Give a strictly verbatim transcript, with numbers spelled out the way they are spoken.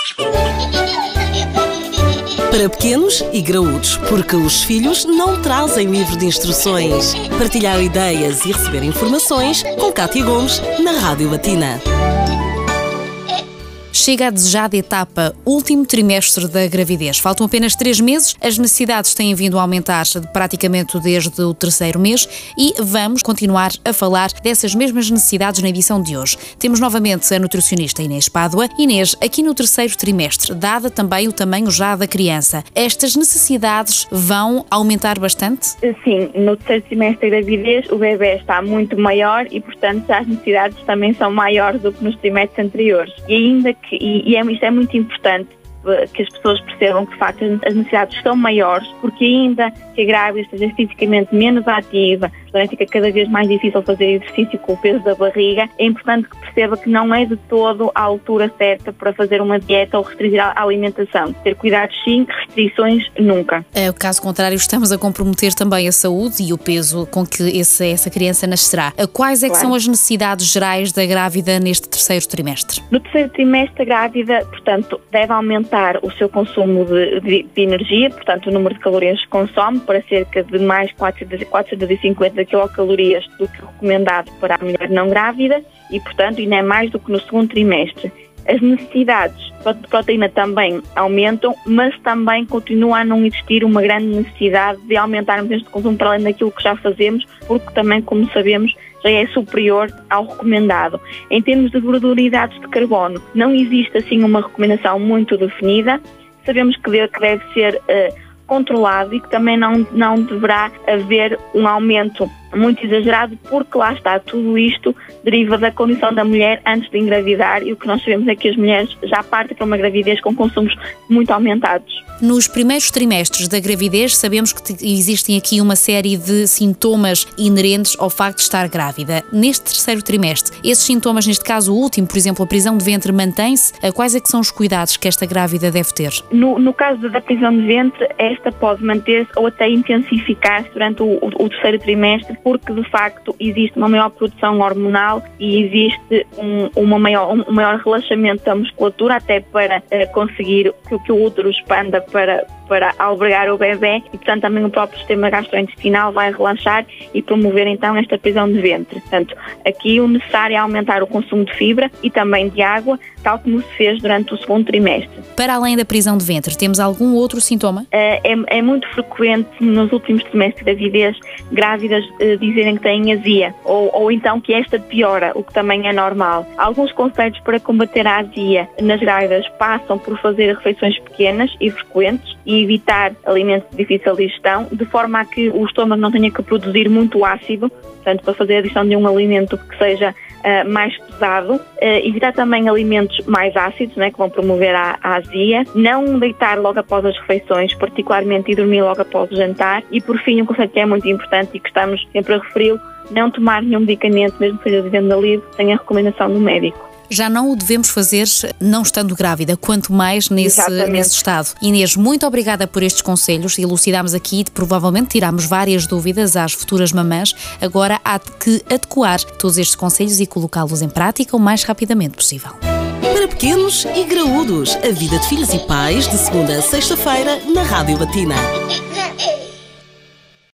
Para pequenos e graúdos, porque os filhos não trazem livro de instruções. Partilhar ideias e receber informações com Cátia Gomes na Rádio Latina. Chega a desejada etapa, último trimestre da gravidez. Faltam apenas três meses, as necessidades têm vindo a aumentar praticamente desde o terceiro mês e vamos continuar a falar dessas mesmas necessidades na edição de hoje. Temos novamente a nutricionista Inês Pádua. Inês, aqui no terceiro trimestre, dada também o tamanho já da criança, estas necessidades vão aumentar bastante? Sim, no terceiro trimestre da gravidez o bebê está muito maior e, portanto, as necessidades também são maiores do que nos trimestres anteriores. E ainda que E, e é, isto é muito importante que as pessoas percebam que, de facto, as necessidades são maiores, porque ainda que a grávida esteja fisicamente menos ativa, portanto fica cada vez mais difícil fazer exercício com o peso da barriga, é importante que perceba que não é de todo a altura certa para fazer uma dieta ou restringir a alimentação. Ter cuidados sim, restrições nunca. É, caso contrário, estamos a comprometer também a saúde e o peso com que esse, essa criança nascerá. Quais é que Claro. são as necessidades gerais da grávida neste terceiro trimestre? No terceiro trimestre, a grávida, portanto, deve aumentar o seu consumo de, de, de energia, portanto, o número de calorias que consome para cerca de mais quatrocentas e cinquenta quilocalorias do que recomendado para a mulher não grávida e, portanto, ainda é mais do que no segundo trimestre. As necessidades de proteína também aumentam, mas também continua a não existir uma grande necessidade de aumentarmos este consumo para além daquilo que já fazemos, porque também, como sabemos, já é superior ao recomendado. Em termos de gordura e hidratos de carbono, não existe assim uma recomendação muito definida. Sabemos que deve, que deve ser uh, controlado e que também não, não deverá haver um aumento muito exagerado, porque lá está, tudo isto deriva da condição da mulher antes de engravidar e o que nós sabemos é que as mulheres já partem para uma gravidez com consumos muito aumentados. Nos primeiros trimestres da gravidez, sabemos que existem aqui uma série de sintomas inerentes ao facto de estar grávida. Neste terceiro trimestre, esses sintomas, neste caso o último, por exemplo, a prisão de ventre, mantém-se? Quais é que são os cuidados que esta grávida deve ter? No, no caso da prisão de ventre, esta pode manter-se ou até intensificar-se durante o, o, o terceiro trimestre, porque de facto existe uma maior produção hormonal e existe um, uma maior, um maior relaxamento da musculatura até para uh, conseguir que, que o útero expanda para, para albergar o bebê e, portanto, também o próprio sistema gastrointestinal vai relaxar e promover então esta prisão de ventre. Portanto, aqui o necessário é aumentar o consumo de fibra e também de água, tal como se fez durante o segundo trimestre. Para além da prisão de ventre, temos algum outro sintoma? Uh, é, é muito frequente nos últimos trimestres da gravidez grávidas uh, dizerem que têm azia ou, ou então que esta piora, o que também é normal. Alguns conselhos para combater a azia nas grávidas passam por fazer refeições pequenas e frequentes e evitar alimentos de difícil digestão, de forma a que o estômago não tenha que produzir muito ácido, portanto, para fazer a digestão de um alimento que seja uh, mais pesado. Uh, evitar também alimentos mais ácidos, né, que vão promover a, a azia. Não deitar logo após as refeições, particularmente, e dormir logo após o jantar. E, por fim, um conceito que é muito importante e que estamos sempre a referir, não tomar nenhum medicamento, mesmo que seja de venda livre, sem a recomendação do médico. Já não o devemos fazer não estando grávida, quanto mais nesse, nesse estado. Inês, muito obrigada por estes conselhos. Elucidámos aqui e provavelmente tirámos várias dúvidas às futuras mamãs. Agora há que adequar todos estes conselhos e colocá-los em prática o mais rapidamente possível. Para pequenos e graúdos, a vida de filhos e pais, de segunda a sexta-feira, na Rádio Latina.